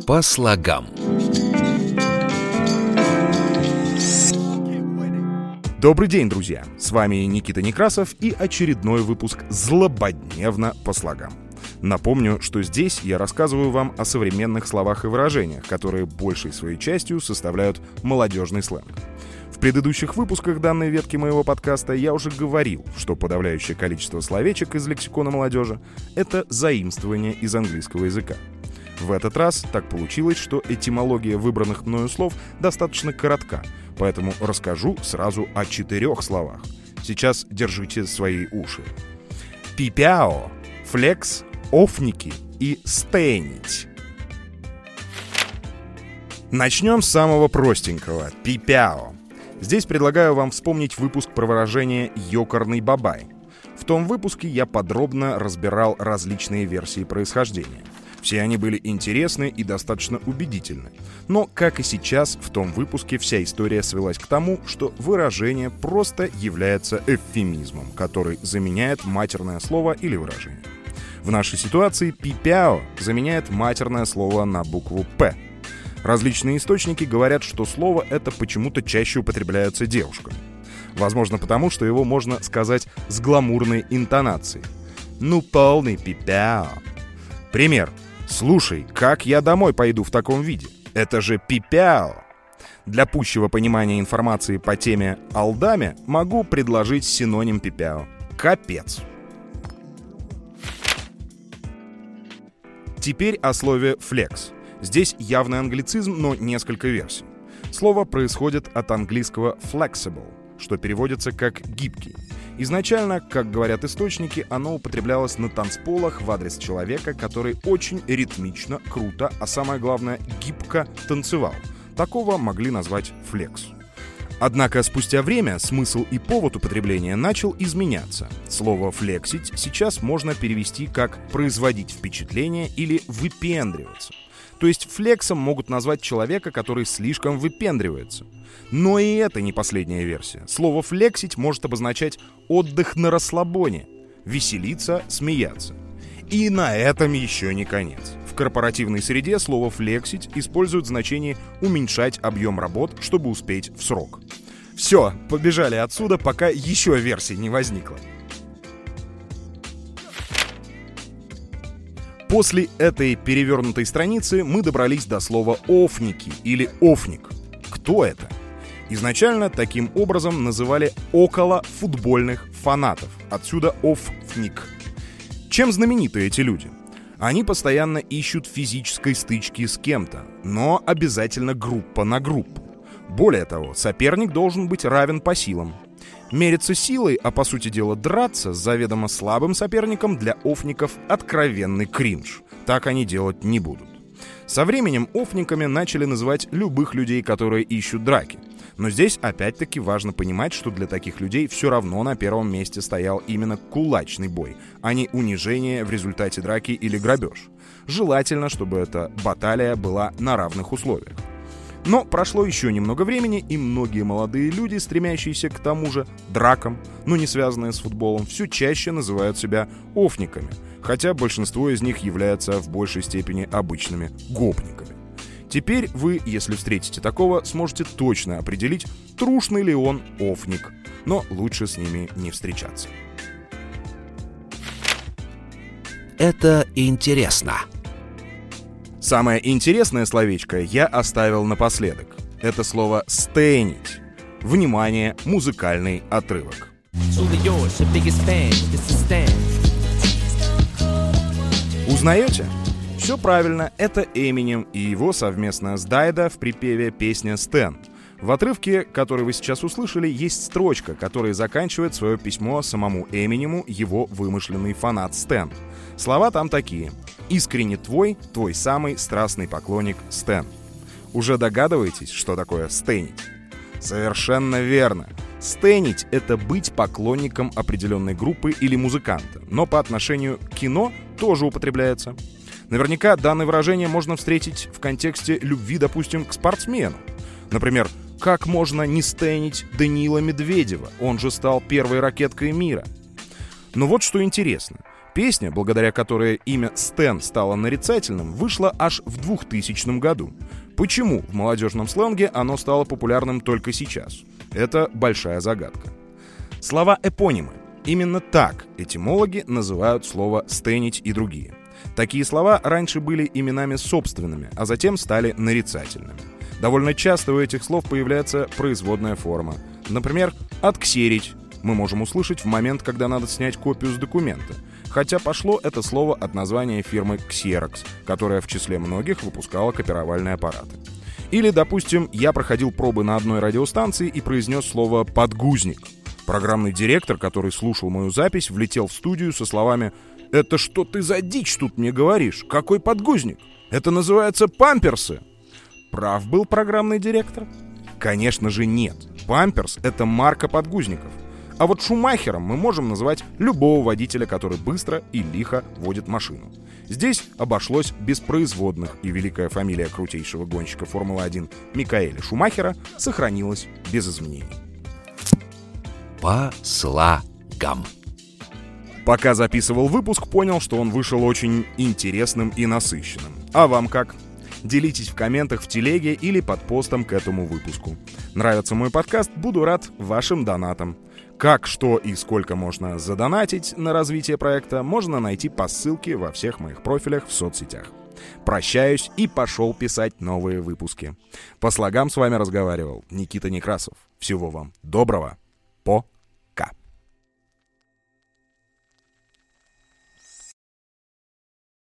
По слогам. Добрый день, друзья! С вами Никита Некрасов и очередной выпуск «Злободневно по слогам». Напомню, что здесь я рассказываю вам о современных словах и выражениях, которые большей своей частью составляют молодежный сленг. В предыдущих выпусках данной ветки моего подкаста я уже говорил, что подавляющее количество словечек из лексикона молодежи — это заимствование из английского языка. В этот раз так получилось, что этимология выбранных мною слов достаточно коротка, поэтому расскажу сразу о 4 словах. Сейчас держите свои уши. Пипяо, флекс, офники и стенить. Начнем с самого простенького — пипяо. Здесь предлагаю вам вспомнить выпуск про выражение «ёкарный бабай». В том выпуске я подробно разбирал различные версии происхождения. Все они были интересны и достаточно убедительны. Но, как и сейчас, в том выпуске вся история свелась к тому, что выражение просто является эвфемизмом, который заменяет матерное слово или выражение. В нашей ситуации «пипяо» заменяет матерное слово на букву «П». Различные источники говорят, что слово это почему-то чаще употребляется девушками. Возможно, потому что его можно сказать с гламурной интонацией. «Ну, полный пипяо». Пример. «Слушай, как я домой пойду в таком виде? Это же пипяо». Для пущего понимания информации по теме «алдаме» могу предложить синоним пипяо. Капец. Теперь о слове «флекс». Здесь явный англицизм, но несколько версий. Слово происходит от английского flexible, что переводится как «гибкий». Изначально, как говорят источники, оно употреблялось на танцполах в адрес человека, который очень ритмично, круто, а самое главное, гибко танцевал. Такого могли назвать флекс. Однако спустя время смысл и повод употребления начал изменяться. Слово «флексить» сейчас можно перевести как «производить впечатление» или «выпендриваться». То есть флексом могут назвать человека, который слишком выпендривается. Но и это не последняя версия. Слово «флексить» может обозначать отдых на расслабоне, веселиться, смеяться. И на этом еще не конец. В корпоративной среде слово «флексить» используют в значении уменьшать объем работ, чтобы успеть в срок. Все, побежали отсюда, пока еще версий не возникло. После этой перевернутой страницы мы добрались до слова «офники» или «офник». Кто это? Изначально таким образом называли около футбольных фанатов. Отсюда «офник». Чем знамениты эти люди? Они постоянно ищут физической стычки с кем-то, но обязательно группа на группу. Более того, соперник должен быть равен по силам. Мериться силой, а по сути дела драться с заведомо слабым соперником для офников откровенный кринж. Так они делать не будут. Со временем офниками начали называть любых людей, которые ищут драки. Но здесь опять-таки важно понимать, что для таких людей все равно на первом месте стоял именно кулачный бой, а не унижение в результате драки или грабеж. Желательно, чтобы эта баталия была на равных условиях. Но прошло еще немного времени, и многие молодые люди, стремящиеся к тому же дракам, но не связанные с футболом, все чаще называют себя офниками, хотя большинство из них являются в большей степени обычными гопниками. Теперь вы, если встретите такого, сможете точно определить, трушный ли он офник, но лучше с ними не встречаться. Это интересно. Самое интересное словечко я оставил напоследок. Это слово «стенить». Внимание, музыкальный отрывок. Узнаете? Все правильно, это Эминем и его совместно с Дайдо в припеве песня «Стэн». В отрывке, который вы сейчас услышали, есть строчка, которая заканчивает свое письмо самому Эминему его вымышленный фанат Стэн. Слова там такие: «Искренне твой самый страстный поклонник Стэн». Уже догадываетесь, что такое стенить? Совершенно верно. Стенить — это быть поклонником определенной группы или музыканта, но по отношению к кино тоже употребляется. Наверняка данное выражение можно встретить в контексте любви, допустим, к спортсмену. Например, как можно не стенить Даниила Медведева? Он же стал первой ракеткой мира. Но вот что интересно. Песня, благодаря которой имя Стэн стало нарицательным, вышла аж в 2000 году. Почему в молодежном сленге оно стало популярным только сейчас? Это большая загадка. Слова-эпонимы. Именно так этимологи называют слово «стэнить» и другие. Такие слова раньше были именами собственными, а затем стали нарицательными. Довольно часто у этих слов появляется производная форма. Например, «отксерить» мы можем услышать в момент, когда надо снять копию с документа. Хотя пошло это слово от названия фирмы Xerox, которая в числе многих выпускала копировальные аппараты. Или, допустим, я проходил пробы на одной радиостанции и произнес слово «подгузник». Программный директор, который слушал мою запись, влетел в студию со словами: «Это что ты за дичь тут мне говоришь? Какой подгузник? Это называется памперсы!» Прав был программный директор? Конечно же нет. Памперс — это марка подгузников. А вот Шумахером мы можем назвать любого водителя, который быстро и лихо водит машину. Здесь обошлось без производных, и великая фамилия крутейшего гонщика Формулы-1 Микаэля Шумахера сохранилась без изменений. По слогам. Пока записывал выпуск, понял, что он вышел очень интересным и насыщенным. А вам как? Делитесь в комментах в телеге или под постом к этому выпуску. Нравится мой подкаст? Буду рад вашим донатам. Как, что и сколько можно задонатить на развитие проекта, можно найти по ссылке во всех моих профилях в соцсетях. Прощаюсь и пошел писать новые выпуски. По слогам с вами разговаривал Никита Некрасов. Всего вам доброго. Пока.